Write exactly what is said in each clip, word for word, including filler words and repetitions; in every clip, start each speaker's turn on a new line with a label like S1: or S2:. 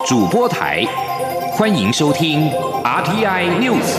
S1: 主播台，欢迎收听 R T I News。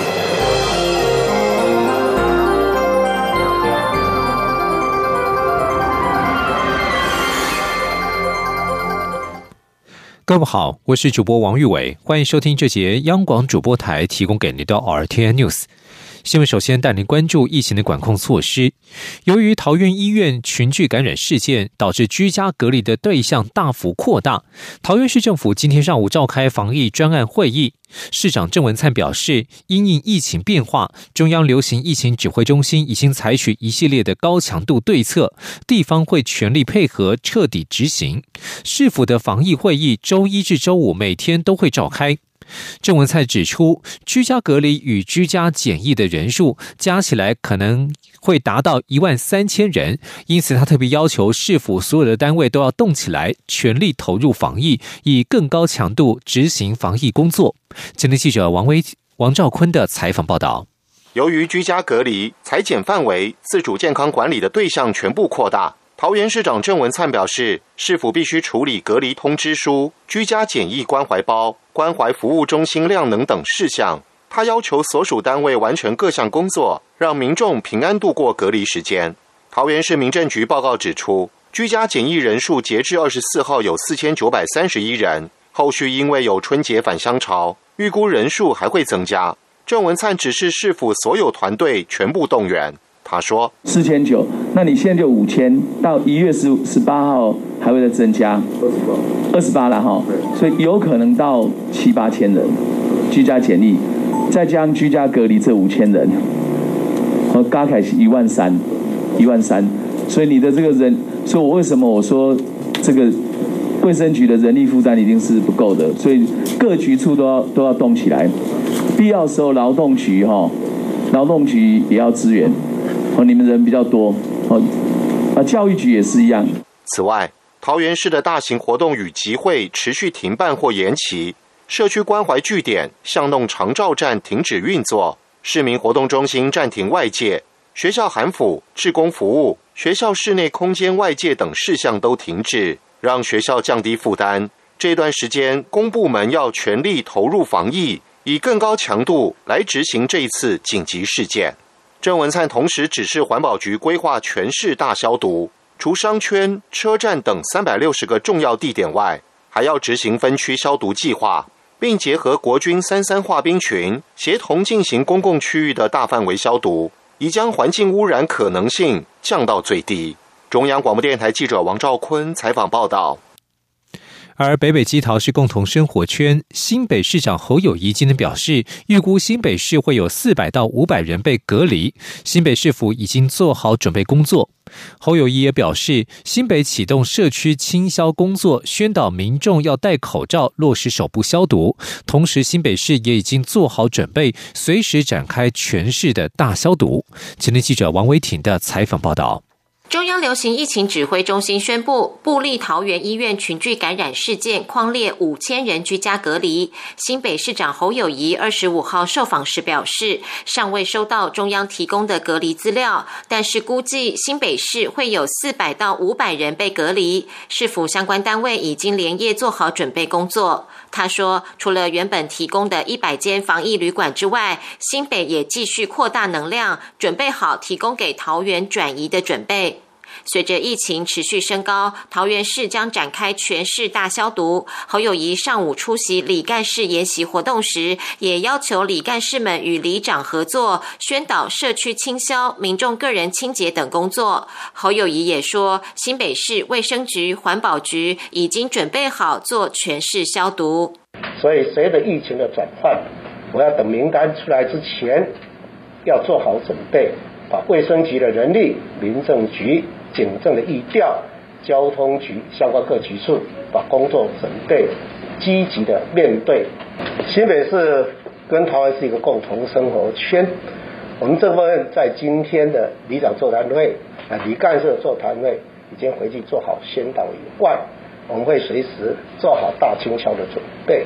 S1: 各位好，我是主播王玉伟，欢迎收听这节央广主播台提供给您的 R T I News。新闻首先带您关注疫情的管控措施。由于桃园医院群聚感染事件，导致居家隔离的对象大幅扩大，桃园市政府今天上午召开防疫专案会议。市长郑文灿表示，因应疫情变化，中央流行疫情指挥中心已经采取一系列的高强度对策，地方会全力配合彻底执行。市府的防疫会议周一至周五每天都会召开。郑文灿指出，居家隔离与居家检疫的人数加起来可能会达到一万三千人，因此他特别要求市府所有的单位都要动起来，全力投入防疫，以更高强度执行防疫工作。今天记者王威、王兆坤的采访报道。
S2: 由于居家隔离、采检范围、自主健康管理的对象全部扩大，桃园市长郑文灿表示，市府必须处理隔离通知书、居家检疫关怀包、关怀服务中心量能等事项。他要求所属单位完成各项工作，让民众平安度过隔离时间。桃园市民政局报告指出，居家检疫人数截至二十四号有四千九百三十一人，后续因为有春节返乡潮，预估人数还会增加。郑文灿指示市府所有团队全部动员。他说
S3: 四千九，那你现在就五千，到一月十十八号还会再增加二十八了哈，所以有可能到七八千人居家检疫，再加上居家隔离这五千人，和加起来是一万三，一万三，所以你的这个人，所以我为什么我说这个卫生局的人力负担一定是不够的，所以各局处都要都要动起来，必要时候劳动局哈，劳动局也要支援。哦，你们人比较多，哦，啊，教育局也是一样。
S2: 此外，桃园市的大型活动与集会持续停办或延期，社区关怀据点、巷弄长照站停止运作，市民活动中心暂停外界，学校寒辅、志工服务、学校室内空间外界等事项都停止，让学校降低负担。这段时间，公部门要全力投入防疫，以更高强度来执行这一次紧急事件。郑文灿同时指示环保局规划全市大消毒，除商圈、车站等三百六十个重要地点外，还要执行分区消毒计划，并结合国军三三化兵群，协同进行公共区域的大范围消毒，以将环境污染可能性降到最低。中央广播电台记者王兆坤采访报道。
S1: 而北北基桃是共同生活圈，新北市长侯友宜今天表示，预估新北市会有四百到五百人被隔离，新北市府已经做好准备工作。侯友宜也表示，新北启动社区清消工作，宣导民众要戴口罩，落实手部消毒。同时，新北市也已经做好准备，随时展开全市的大消毒。前天记者王维挺的采访报道。
S4: 中央流行疫情指挥中心宣布，部立桃园医院群聚感染事件匡列五千人居家隔离。新北市长侯友宜二十五号受访时表示，尚未收到中央提供的隔离资料，但是估计新北市会有四百到五百人被隔离，市府相关单位已经连夜做好准备工作。他说，除了原本提供的一百间防疫旅馆之外，新北也继续扩大能量，准备好提供给桃园转移的准备。随着疫情持续升高，桃园市将展开全市大消毒。侯友宜上午出席里干事研习活动时，也要求里干事们与里长合作，宣导社区清消、民众个人清洁等工作。侯友宜也说，新北市卫生局、环保局已经准备好做全市消毒。
S5: 所以随着疫情的转换，我要等名单出来之前，要做好准备，把卫生局的人力、民政局、警政的疫调、交通局相关各局处把工作准备积极的面对。新北市跟桃园是一个共同生活圈，我们这部分在今天的里长座谈会、啊里干事座谈会已经回去做好宣导以外，我们会随时做好大清消的准备。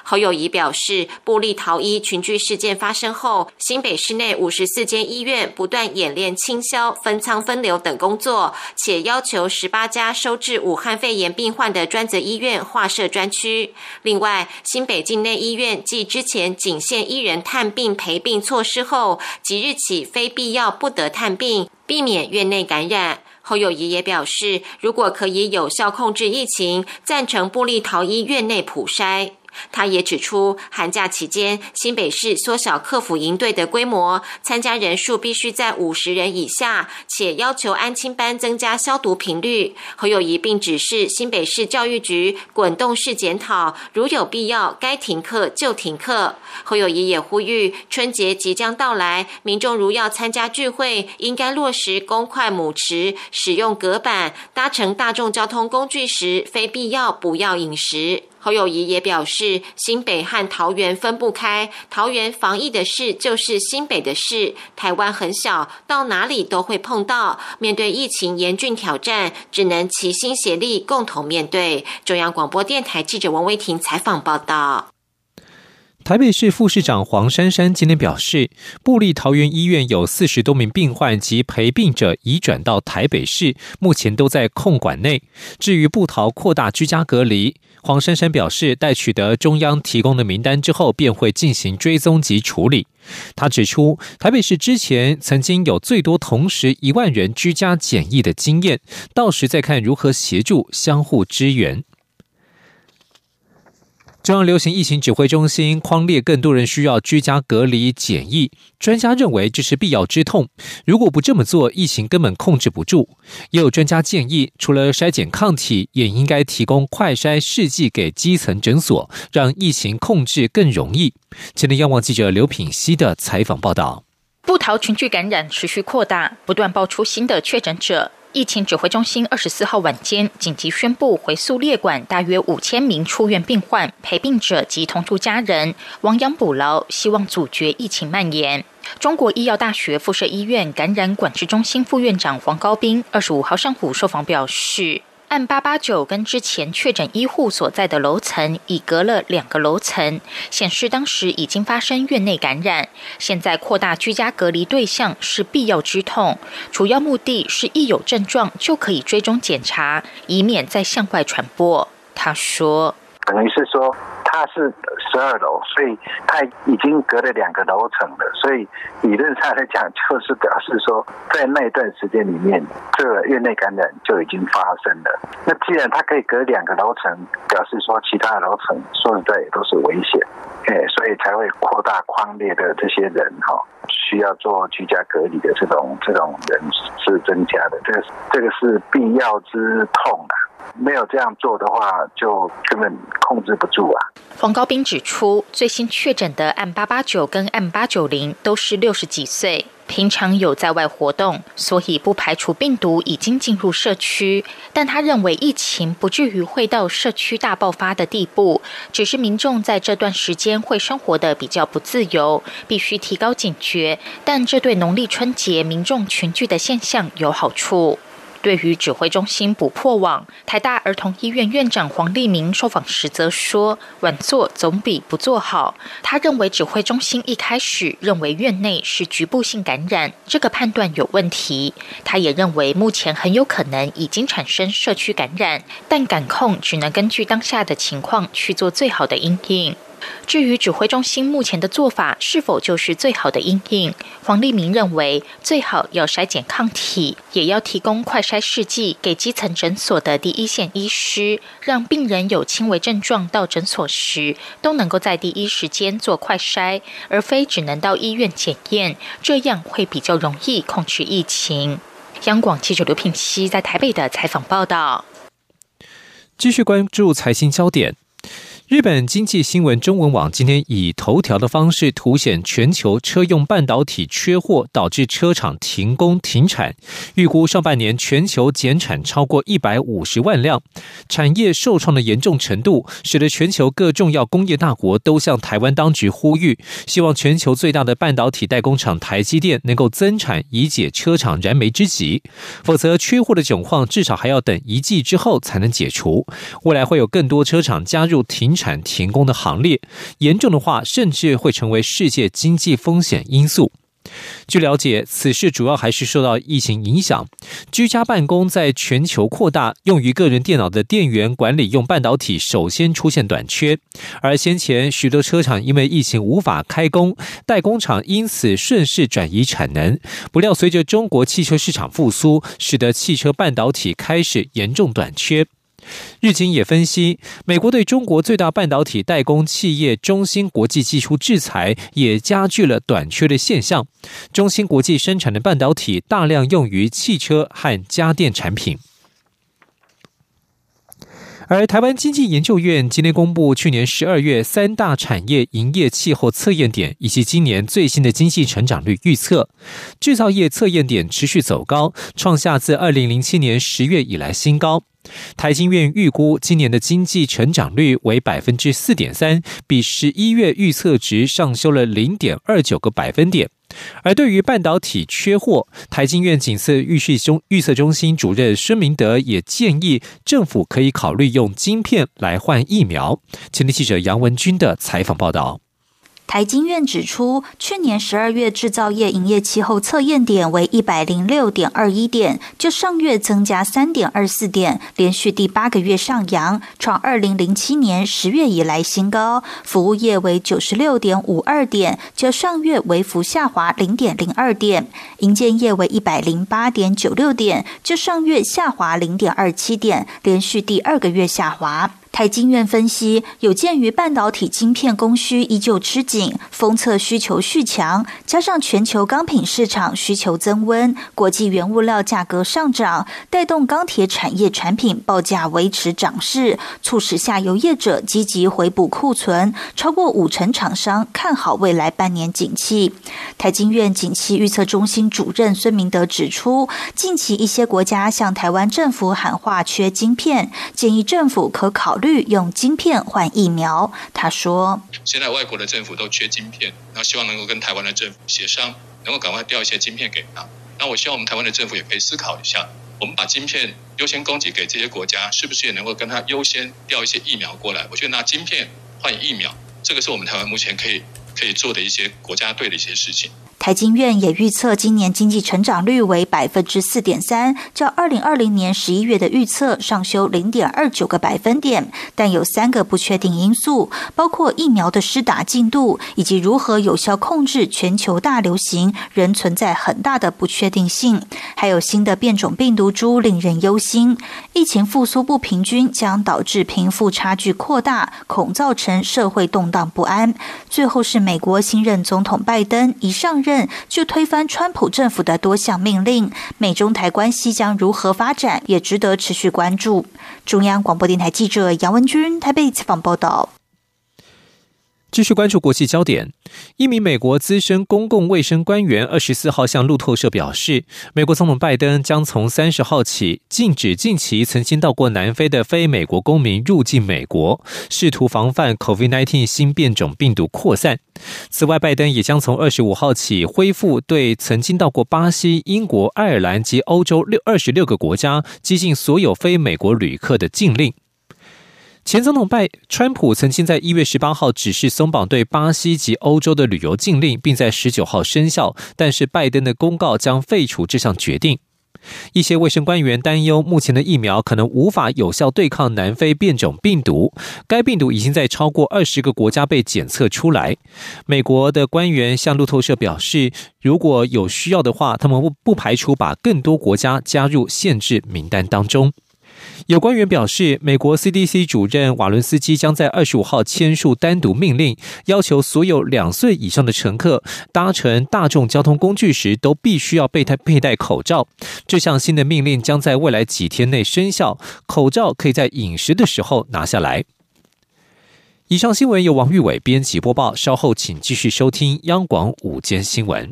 S4: 侯友宜表示，部立桃医群聚事件发生后，新北市内五十四间医院不断演练清消、分仓分流等工作，且要求十八家收治武汉肺炎病患的专责医院划设专区。另外，新北境内医院继之前仅限一人探病陪病措施后，即日起非必要不得探病，避免院内感染。侯友宜也表示，如果可以有效控制疫情，赞成部立桃医院内普筛。他也指出，寒假期间新北市缩小客服营队的规模，参加人数必须在五十人以下，且要求安亲班增加消毒频率。侯友宜并指示新北市教育局滚动式检讨，如有必要该停课就停课。侯友宜也呼吁，春节即将到来，民众如要参加聚会，应该落实公筷母匙，使用隔板，搭乘大众交通工具时非必要不要饮食。侯友宜也表示，新北和桃园分不开，桃园防疫的事就是新北的事，台湾很小，到哪里都会碰到，面对疫情严峻挑战，只能齐心协力共同面对。中央广播电台记者王威婷采访报道。
S1: 台北市副市长黄珊珊今天表示，部立桃园医院有四十多名病患及陪病者移转到台北市，目前都在控管内。至于部桃扩大居家隔离，黄珊珊表示，待取得中央提供的名单之后，便会进行追踪及处理。他指出，台北市之前曾经有最多同时一万人居家检疫的经验，到时再看如何协助相互支援。中央流行疫情指挥中心匡列更多人需要居家隔离检疫，专家认为这是必要之痛，如果不这么做，疫情根本控制不住。也有专家建议，除了筛检抗体，也应该提供快筛试剂给基层诊所，让疫情控制更容易。前天央广记者刘品希的采访报道。
S6: 部桃群聚感染持续扩大，不断爆出新的确诊者。疫情指挥中心二十四号晚间紧急宣布回溯列管大约五千名出院病患、陪病者及同住家人，亡羊补牢，希望阻绝疫情蔓延。中国医药大学附设医院感染管制中心副院长黄高斌二十五号上午受访表示，案八八九跟之前确诊医护所在的楼层已隔了两个楼层，显示当时已经发生院内感染。现在扩大居家隔离对象是必要之痛，主要目的是一有症状就可以追踪检查，以免再向外传播。他说，
S7: 等于是说它是十二楼，所以它已经隔了两个楼层了，所以理论上来讲，就是表示说，在那段时间里面，这个院内感染就已经发生了。那既然它可以隔两个楼层，表示说其他的楼层说实在也都是危险，哎，所以才会扩大匡列的这些人哈，需要做居家隔离的这种这种人是增加的，这个这个是必要之痛啊。没有这样做的话，就根本控制不住啊。
S6: 黄高斌指出，最新确诊的案八八九跟案八九零都是六十几岁，平常有在外活动，所以不排除病毒已经进入社区。但他认为疫情不至于会到社区大爆发的地步，只是民众在这段时间会生活的比较不自由，必须提高警觉。但这对农历春节民众群聚的现象有好处。对于指挥中心补破网，台大儿童医院院长黄立明受访时则说，晚做总比不做好。他认为指挥中心一开始认为院内是局部性感染，这个判断有问题。他也认为目前很有可能已经产生社区感染，但感控只能根据当下的情况去做最好的因应。至于指挥中心目前的做法是否就是最好的因应，黄立明认为最好要筛检抗体，也要提供快筛试剂给基层诊所的第一线医师，让病人有轻微症状到诊所时都能够在第一时间做快筛，而非只能到医院检验，这样会比较容易控制疫情。央广记者刘品希在台北的采访报道。
S1: 继续关注财经焦点。日本经济新闻中文网今天以头条的方式凸显全球车用半导体缺货，导致车厂停工停产，预估上半年全球减产超过一百五十万辆。产业受创的严重程度，使得全球各重要工业大国都向台湾当局呼吁，希望全球最大的半导体代工厂台积电能够增产，以解车厂燃眉之急，否则缺货的窘况至少还要等一季之后才能解除。未来会有更多车厂加入停停产停工的行列，严重的话甚至会成为世界经济风险因素。据了解，此事主要还是受到疫情影响。居家办公在全球扩大，用于个人电脑的电源管理用半导体首先出现短缺。而先前许多车厂因为疫情无法开工，代工厂因此顺势转移产能。不料随着中国汽车市场复苏，使得汽车半导体开始严重短缺。日经也分析，美国对中国最大半导体代工企业中芯国际祭出制裁，也加剧了短缺的现象。中芯国际生产的半导体大量用于汽车和家电产品。而台湾经济研究院今天公布去年十二月三大产业营业气候测验点以及今年最新的经济成长率预测，制造业测验点持续走高，创下自二零零七年十月以来新高。台经院预估今年的经济成长率为 百分之四点三， 比十一月预测值上修了 零点二九个百分点。而对于半导体缺货，台经院景色预测中心主任孙明德也建议政府可以考虑用晶片来换疫苗。前天记者杨文君的采访报道。
S8: 台经院指出，去年十二月制造业营业气候测验点为 一百零六点二一 点，就上月增加 三点二四 点，连续第八个月上扬，创二零零七年十月以来新高。服务业为 九十六点五二 点，就上月微幅下滑 零点零二 点。营建业为 一百零八点九六 点，就上月下滑 零点二七 点，连续第二个月下滑。台经院分析，有鉴于半导体晶片供需依旧吃紧，封测需求续强，加上全球钢品市场需求增温，国际原物料价格上涨，带动钢铁产业产品报价维持涨势，促使下游业者积极回补库存，超过五成厂商看好未来半年景气。台经院景气预测中心主任孙明德指出，近期一些国家向台湾政府喊话缺晶片，建议政府可考虑用晶片换疫苗。他说，
S9: 现在外国的政府都缺晶片，然后希望能够跟台湾的政府协商，能够赶快调一些晶片给他。那我希望我们台湾的政府也可以思考一下，我们把晶片优先供给给这些国家，是不是也能够跟他优先调一些疫苗过来？我觉得拿晶片换疫苗，这个是我们台湾目前可以可以做的一些国家队的一些事情。
S8: 台经院也预测今年经济成长率为 百分之四点三， 较二零二零年十一月的预测上修 零点二九个百分点，但有三个不确定因素，包括疫苗的施打进度以及如何有效控制全球大流行仍存在很大的不确定性，还有新的变种病毒株令人忧心。疫情复苏不平均将导致贫富差距扩大，恐造成社会动荡不安。最后是美国新任总统拜登一上任就推翻川普政府的多项命令，美中台关系将如何发展也值得持续关注。中央广播电台记者杨文君台北采访报道。
S1: 继续关注国际焦点，一名美国资深公共卫生官员二十四号向路透社表示，美国总统拜登将从三十号起禁止近期曾经到过南非的非美国公民入境美国，试图防范 COVID 十九 新变种病毒扩散。此外，拜登也将从二十五号起恢复对曾经到过巴西、英国、爱尔兰及欧洲二十六个国家接近所有非美国旅客的禁令。前总统拜川普曾经在一月十八号指示松绑对巴西及欧洲的旅游禁令，并在十九号生效，但是拜登的公告将废除这项决定。一些卫生官员担忧，目前的疫苗可能无法有效对抗南非变种病毒，该病毒已经在超过二十个国家被检测出来。美国的官员向路透社表示，如果有需要的话，他们不排除把更多国家加入限制名单当中。有官员表示，美国 C D C 主任瓦伦斯基将在二十五号签署单独命令，要求所有两岁以上的乘客搭乘大众交通工具时都必须要佩戴佩戴口罩。这项新的命令将在未来几天内生效，口罩可以在饮食的时候拿下来。以上新闻由王玉伟编辑播报，稍后请继续收听央广午间新闻。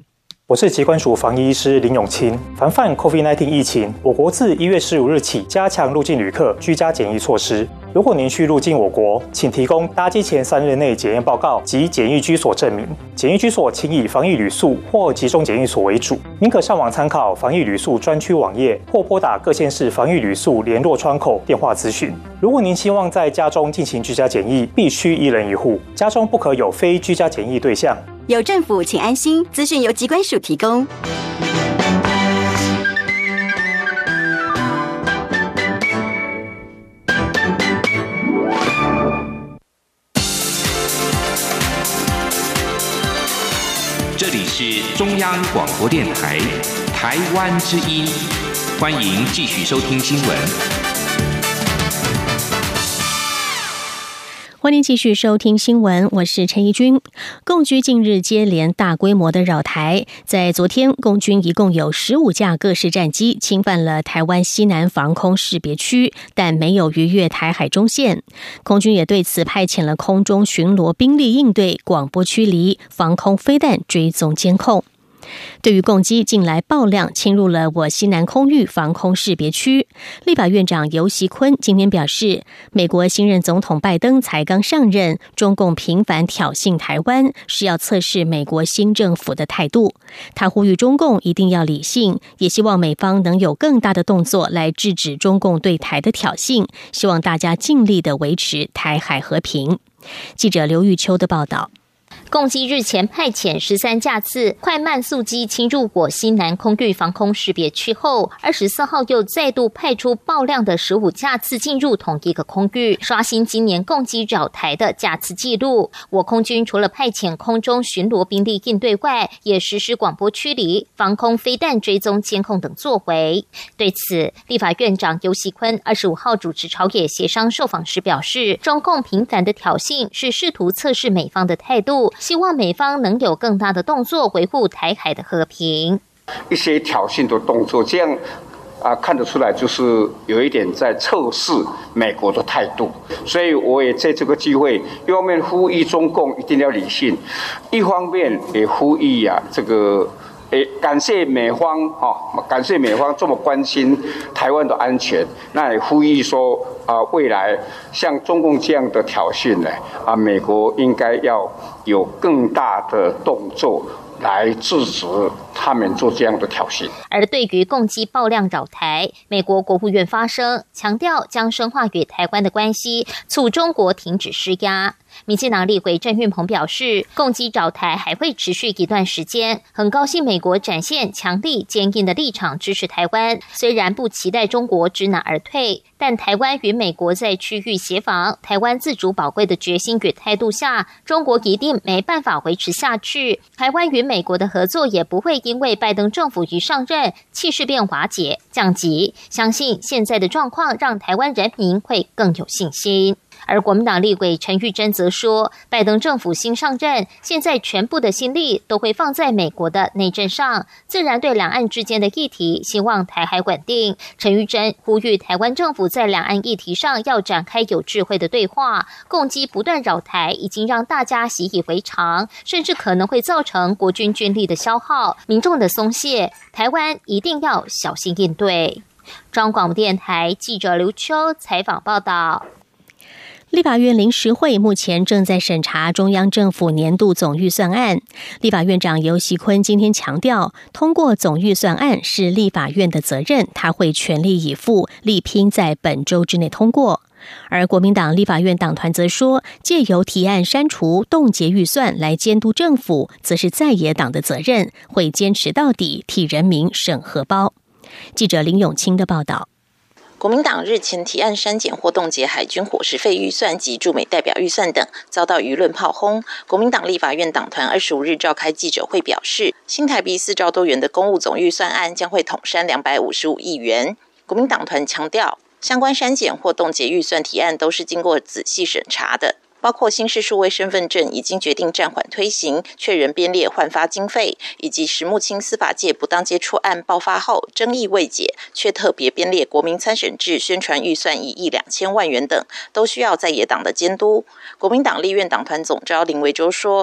S10: 我是疾管署防疫医师林永清。防范 COVID 十九 疫情，我国自一月十五日起加强入境旅客居家检疫措施。如果您需入境我国，请提供搭机前三日内检验报告及检疫居所证明。检疫居所请以防疫旅宿或集中检疫所为主。您可上网参考防疫旅宿专区网页，或拨打各县市防疫旅宿联络窗口电话咨询。如果您希望在家中进行居家检疫，必须一人一户，家中不可有非居家检疫对象。
S11: 有政府，请安心。资讯由疾管署提供。
S12: 这里是中央广播电台台湾之音，欢迎继续收听新闻。
S13: 欢迎继续收听新闻，我是陈怡君。共军近日接连大规模的扰台，在昨天，共军一共有十五架各式战机侵犯了台湾西南防空识别区，但没有逾越台海中线。空军也对此派遣了空中巡逻兵力应对、广播驱离、防空飞弹追踪监控。对于共机近来爆量侵入了我西南空域防空识别区，立法院长游锡堃今天表示，美国新任总统拜登才刚上任，中共频繁挑衅台湾，是要测试美国新政府的态度。他呼吁中共一定要理性，也希望美方能有更大的动作来制止中共对台的挑衅，希望大家尽力的维持台海和平。记者刘玉秋的报道。
S6: 共机日前派遣十三架次快慢速机侵入我西南空域防空识别区后，二十四号又再度派出爆量的十五架次进入同一个空域，刷新今年共机扰台的架次记录。我空军除了派遣空中巡逻兵力应对外，也实施广播驱离、防空飞弹追踪监控等作为。对此，立法院长游锡堃二十五号主持朝野协商受访时表示，中共频繁的挑衅是试图测试美方的态度，希望美方能有更大的动作维护台海的和平。
S14: 一些挑衅的动作，这样啊看得出来，就是有一点在测试美国的态度。所以我也在这个机会，一方面呼吁中共一定要理性，一方面也呼吁啊这个。诶，感谢美方哈，感谢美方这么关心台湾的安全。那也呼吁说啊，未来像中共这样的挑衅呢，啊，美国应该要有更大的动作来制止他们做这样的挑衅。
S6: 而对于共机爆量扰台，美国国务院发声，强调将深化与台湾的关系，促中国停止施压。民进党立委郑运鹏表示，共机扰台还会持续一段时间，很高兴美国展现强力坚硬的立场支持台湾，虽然不期待中国知难而退，但台湾与美国在区域协防、台湾自主宝贵的决心与态度下，中国一定没办法维持下去。台湾与美国的合作也不会因为拜登政府一上任，气势便瓦解降级。相信现在的状况让台湾人民会更有信心。而国民党立委陈玉珍则说，拜登政府新上任，现在全部的心力都会放在美国的内政上，自然对两岸之间的议题希望台海稳定。陈玉珍呼吁台湾政府在两岸议题上要展开有智慧的对话，共机不断扰台已经让大家习以为常，甚至可能会造成国军军力的消耗、民众的松懈，台湾一定要小心应对。中央广播电台记者刘秋采访报道。
S13: 立法院临时会目前正在审查中央政府年度总预算案。立法院长游锡堃今天强调，通过总预算案是立法院的责任，他会全力以赴，力拼在本周之内通过。而国民党立法院党团则说，借由提案删除、冻结预算来监督政府，则是在野党的责任，会坚持到底，替人民省荷包。记者林永清的报道。
S15: 国民党日前提案删减或冻结海军伙食费预算及驻美代表预算等，遭到舆论炮轰。国民党立法院党团二十五日召开记者会表示，新台币四兆多元的公务总预算案将会统删两百五十五亿元。国民党团强调，相关删减或冻结预算提案都是经过仔细审查的。包括新式数位身份证已经决定暂缓推行，确认编列换发经费，以及石木清司法界不当接触案爆发后争议未解，却特别编列国民参选制宣传预算一亿两千万元等，都需要在野党的监督。国民党立院党团总召林维洲说，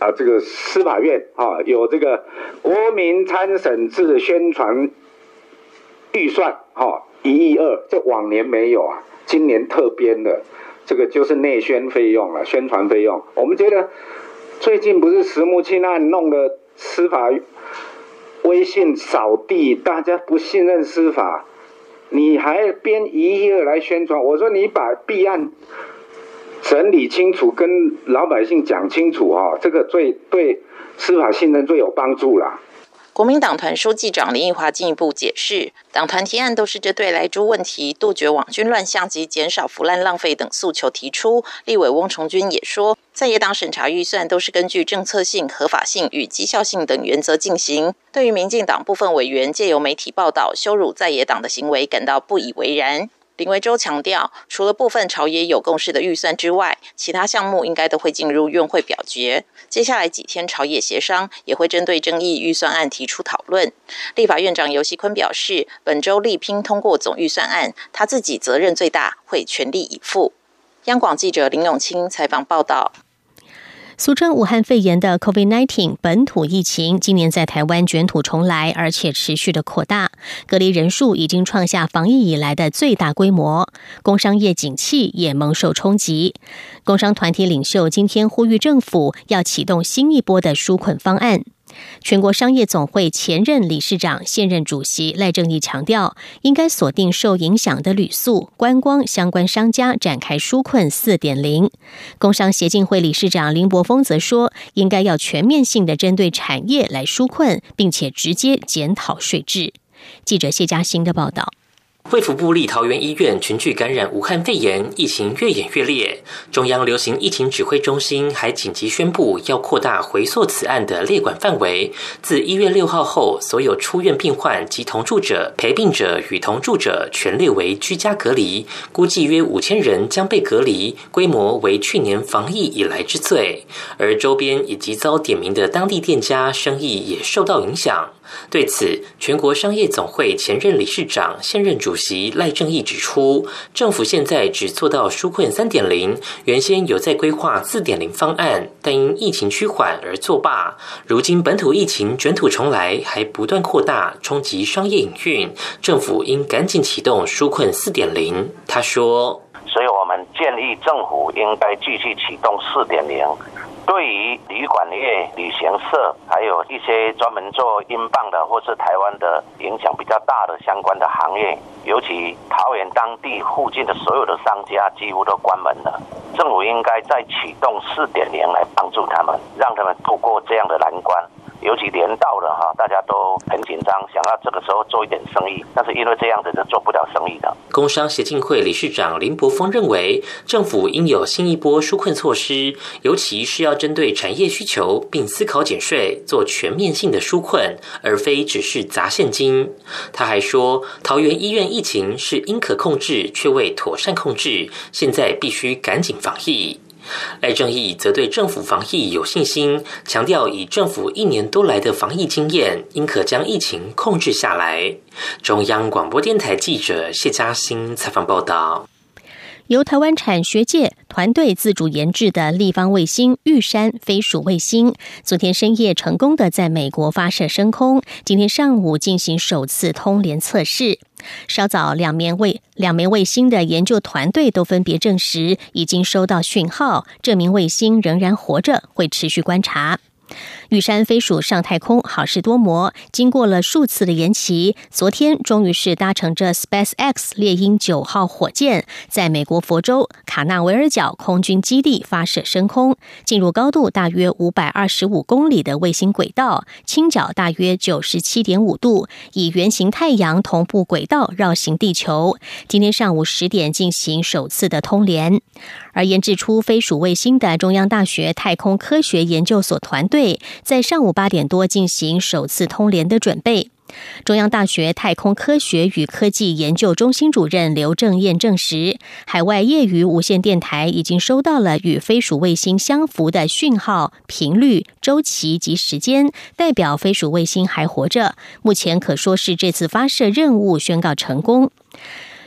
S16: 啊，这个司法院啊有这个国民参审制宣传预算哈一亿二，这往年没有啊，今年特编的，这个就是内宣费用了，宣传费用。我们觉得最近不是石木清案弄的司法微信扫地，大家不信任司法，你还编一亿二来宣传？我说你把弊案整理清楚，跟老百姓讲清楚啊，这个最对司法信任最有帮助啦。
S15: 国民党团书记长林奕华进一步解释，党团提案都是针对莱猪问题、杜绝网军乱象及减少腐烂浪费等诉求提出。立委翁崇军也说，在野党审查预算都是根据政策性、合法性与绩效性等原则进行。对于民进党部分委员借由媒体报道羞辱在野党的行为，感到不以为然。林维洲强调，除了部分朝野有共识的预算之外，其他项目应该都会进入院会表决。接下来几天朝野协商，也会针对争议预算案提出讨论。立法院长游锡堃表示，本周力拼通过总预算案，他自己责任最大，会全力以赴。央广记者林永清采访报道。
S13: 俗称武汉肺炎的 COVID 十九 本土疫情今年在台湾卷土重来，而且持续的扩大，隔离人数已经创下防疫以来的最大规模，工商业景气也蒙受冲击。工商团体领袖今天呼吁政府要启动新一波的纾困方案。全国商业总会前任理事长、现任主席赖正鎰强调，应该锁定受影响的旅宿、观光相关商家，展开纾困 四点零。 工商协进会理事长林柏峰则说，应该要全面性的针对产业来纾困，并且直接检讨税制。记者谢嘉欣的报道。
S17: 卫福部立桃园医院群聚感染武汉肺炎，疫情越演越烈。中央流行疫情指挥中心还紧急宣布，要扩大回溯此案的列管范围。自一月六号后，所有出院病患及同住者、陪病者与同住者全列为居家隔离，估计约五千人将被隔离，规模为去年防疫以来之最。而周边以及遭点名的当地店家生意也受到影响。对此，全国商业总会前任理事长、现任主席赖正鎰指出，政府现在只做到纾困 三点零， 原先有在规划 四点零 方案，但因疫情趋缓而作罢。如今本土疫情卷土重来，还不断扩大，冲击商业营运，政府应赶紧启动纾困 四点零。他说，
S18: 所以我们建议政府应该继续启动 四点零。对于旅馆业、旅行社，还有一些专门做英镑的或是台湾的影响比较大的相关的行业，尤其桃园当地附近的所有的商家几乎都关门了。政府应该再启动 四点零 来帮助他们，让他们度过这样的难关。尤其年到了哈，大家都很紧张，想要这个时候做一点生意，但是因为这样子就做不了生意的。
S17: 工商协进会理事长林柏峰认为，政府应有新一波纾困措施，尤其是要针对产业需求，并思考减税，做全面性的纾困，而非只是砸现金。他还说，桃园医院疫情是应可控制，却未妥善控制，现在必须赶紧防疫。赖正鎰则对政府防疫有信心，强调以政府一年多来的防疫经验，应可将疫情控制下来。中央广播电台记者谢嘉欣采访报道。
S13: 由台湾产学界团队自主研制的立方卫星玉山飞鼠卫星，昨天深夜成功的在美国发射升空，今天上午进行首次通联测试。稍早，两枚卫两枚卫星的研究团队都分别证实，已经收到讯号，这名卫星仍然活着，会持续观察。玉山飞鼠上太空好事多磨，经过了数次的延期，昨天终于是搭乘着 SpaceX 猎鹰九号火箭，在美国佛州卡纳维尔角空军基地发射升空，进入高度大约五百二十五公里的卫星轨道，倾角大约 九十七点五度，以圆形太阳同步轨道绕行地球。今天上午十点进行首次的通联。而研制出飞鼠卫星的中央大学太空科学研究所团队，在上午八点多进行首次通联的准备。中央大学太空科学与科技研究中心主任刘正彦证实，海外业余无线电台已经收到了与飞鼠卫星相符的讯号、频率、周期及时间，代表飞鼠卫星还活着。目前可说是这次发射任务宣告成功。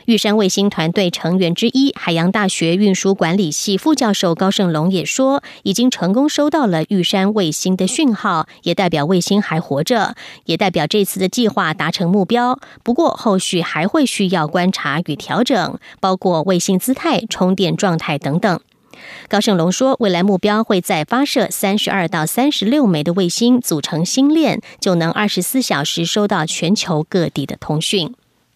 S13: 玉山卫星团队成员之一，海洋大学运输管理系副教授高盛龙也说，已经成功收到了玉山卫星的讯号，也代表卫星还活着，也代表这次的计划达成目标。不过后续还会需要观察与调整，包括卫星姿态、充电状态等等。高盛龙说，未来目标会在发射三十二到三十六枚的卫星组成星链，就能二十四小时收到全球各地的通讯。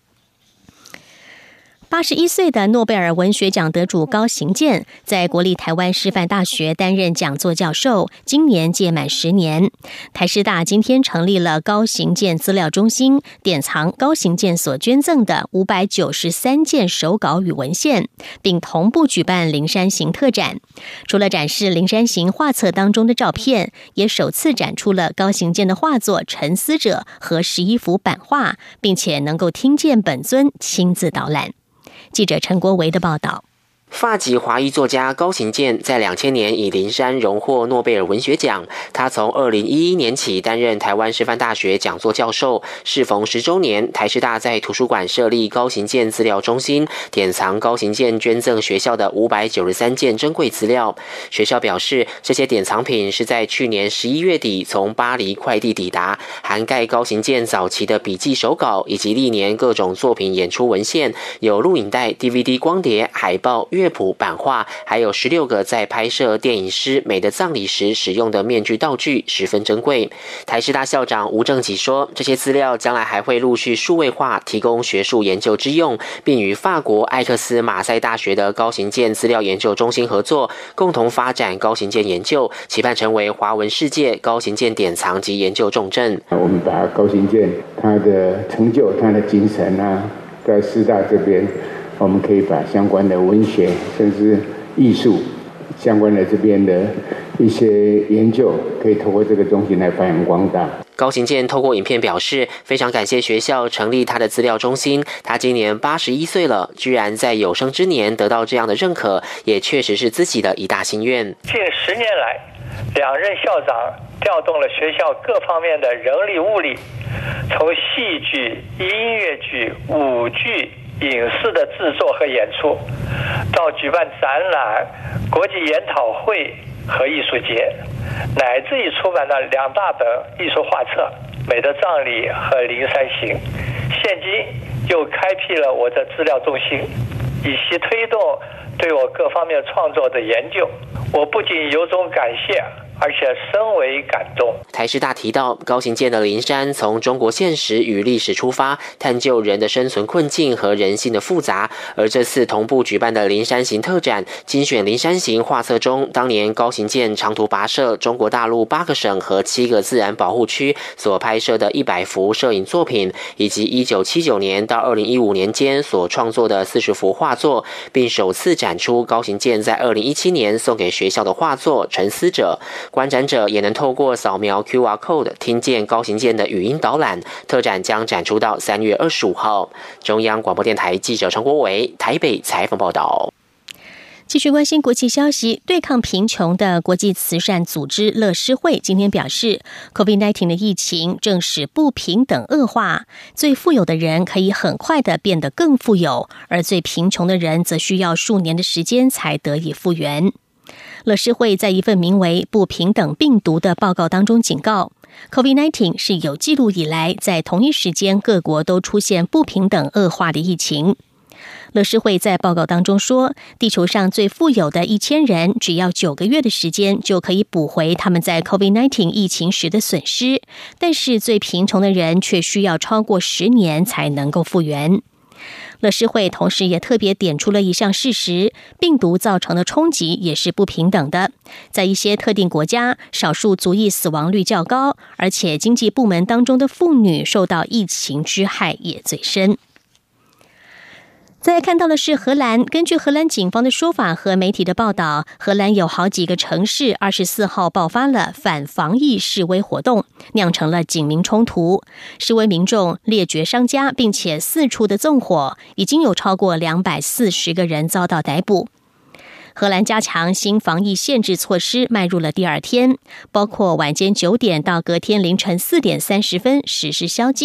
S13: 八十一岁的诺贝尔文学奖得主高行健在国立台湾师范大学担任讲座教授，今年届满十年。台师大今天成立了高行健资料中心，典藏高行健所捐赠的五百九十三件手稿与文献，并同步举办灵山行特展。除了展示灵山行画册当中的照片，也首次展出了高行健的画作《沉思者》和十一幅版画，并且能够听见本尊亲自导览。记者陈国维的报道。
S19: 法籍华裔作家高行健在两千年以灵山荣获诺贝尔文学奖。他从二零一一年起担任台湾师范大学讲座教授。适逢十周年，台师大在图书馆设立高行健资料中心，典藏高行健捐赠学校的五百九十三件珍贵资料。学校表示，这些典藏品是在去年十一月底从巴黎快递抵达，涵盖高行健早期的笔记手稿以及历年各种作品演出文献，有录影带、D V D 光碟、海报、乐谱、版画，还有十六个在拍摄电影师《美的葬礼》时使用的面具道具，十分珍贵。台师大校长吴正己说，这些资料将来还会陆续数位化，提供学术研究之用，并与法国艾克斯马赛大学的高行健资料研究中心合作，共同发展高行健研究，期盼成为华文世界高行健典藏及研究重镇。
S20: 我们把高行健他的成就、他的精神啊，在师大这边，我们可以把相关的文学甚至艺术相关的这边的一些研究，可以透过这个中心来发扬光大。
S19: 高行健透过影片表示，非常感谢学校成立他的资料中心。他今年八十一岁了，居然在有生之年得到这样的认可，也确实是自己的一大心愿。
S21: 近十年来，两任校长调动了学校各方面的人力物力，从戏剧、音乐剧、舞剧、影视的制作和演出，到举办展览、国际研讨会和艺术节，乃至于出版了两大本艺术画册《美的葬礼》和《灵山行》。现今又开辟了我的资料中心，以其推动对我各方面创作的研究。我不仅由衷感谢，而且深为感动。
S19: 台师大提到，高行健的灵山从中国现实与历史出发，探究人的生存困境和人性的复杂。而这次同步举办的灵山行特展，精选灵山行画册中当年高行健长途跋涉中国大陆八个省和七个自然保护区所拍摄的一百幅摄影作品，以及一九七九年到二零一五年间所创作的四十幅画作，并首次展出高行健在二零一七年送给学校的画作《沉思者》。观展者也能透过扫描 Q R code 听见高行健的语音导览。特展将展出到三月二十五号。中央广播电台记者陈国伟台北采访报道。
S13: 继续关心国际消息，对抗贫穷的国际慈善组织乐施会今天表示 COVID 十九 的疫情正使不平等恶化，最富有的人可以很快的变得更富有，而最贫穷的人则需要数年的时间才得以复原。乐施会在一份名为《不平等病毒》的报告当中警告， COVID 十九 是有记录以来在同一时间各国都出现不平等恶化的疫情。乐施会在报告当中说，地球上最富有的一千人只要九个月的时间就可以补回他们在 COVID 十九 疫情时的损失，但是最贫穷的人却需要超过十年才能够复原。乐施会同时也特别点出了一项事实，病毒造成的冲击也是不平等的。在一些特定国家，少数族裔死亡率较高，而且经济部门当中的妇女受到疫情之害也最深。再看到的是荷兰，根据荷兰警方的说法和媒体的报道，荷兰有好几个城市二十四号爆发了反防疫示威活动，酿成了警民冲突，示威民众列举商家，并且四处的纵火，已经有超过两百四十个人遭到逮捕。荷兰加强新防疫限制措施迈入了第二天，包括晚间九点到隔天凌晨四点三十分实施宵禁。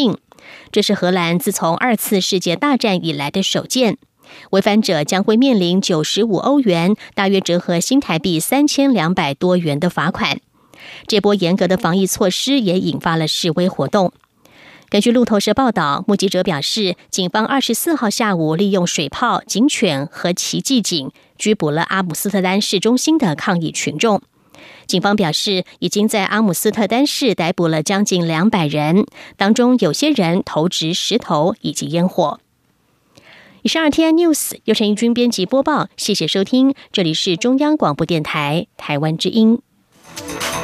S13: 这是荷兰自从二次世界大战以来的首件。违反者将会面临九十五欧元，大约折合新台币三千两百多元的罚款。这波严格的防疫措施也引发了示威活动。根据路透社报道，目击者表示，警方二十四号下午利用水炮、警犬和奇迹警拘捕了阿姆斯特丹市中心的抗议群众。警方表示，已经在阿姆斯特丹市逮捕了将近两百人，当中有些人投掷石头以及烟火。以上 R T I News 由陈怡君编辑播报，谢谢收听，这里是中央广播电台台湾之音。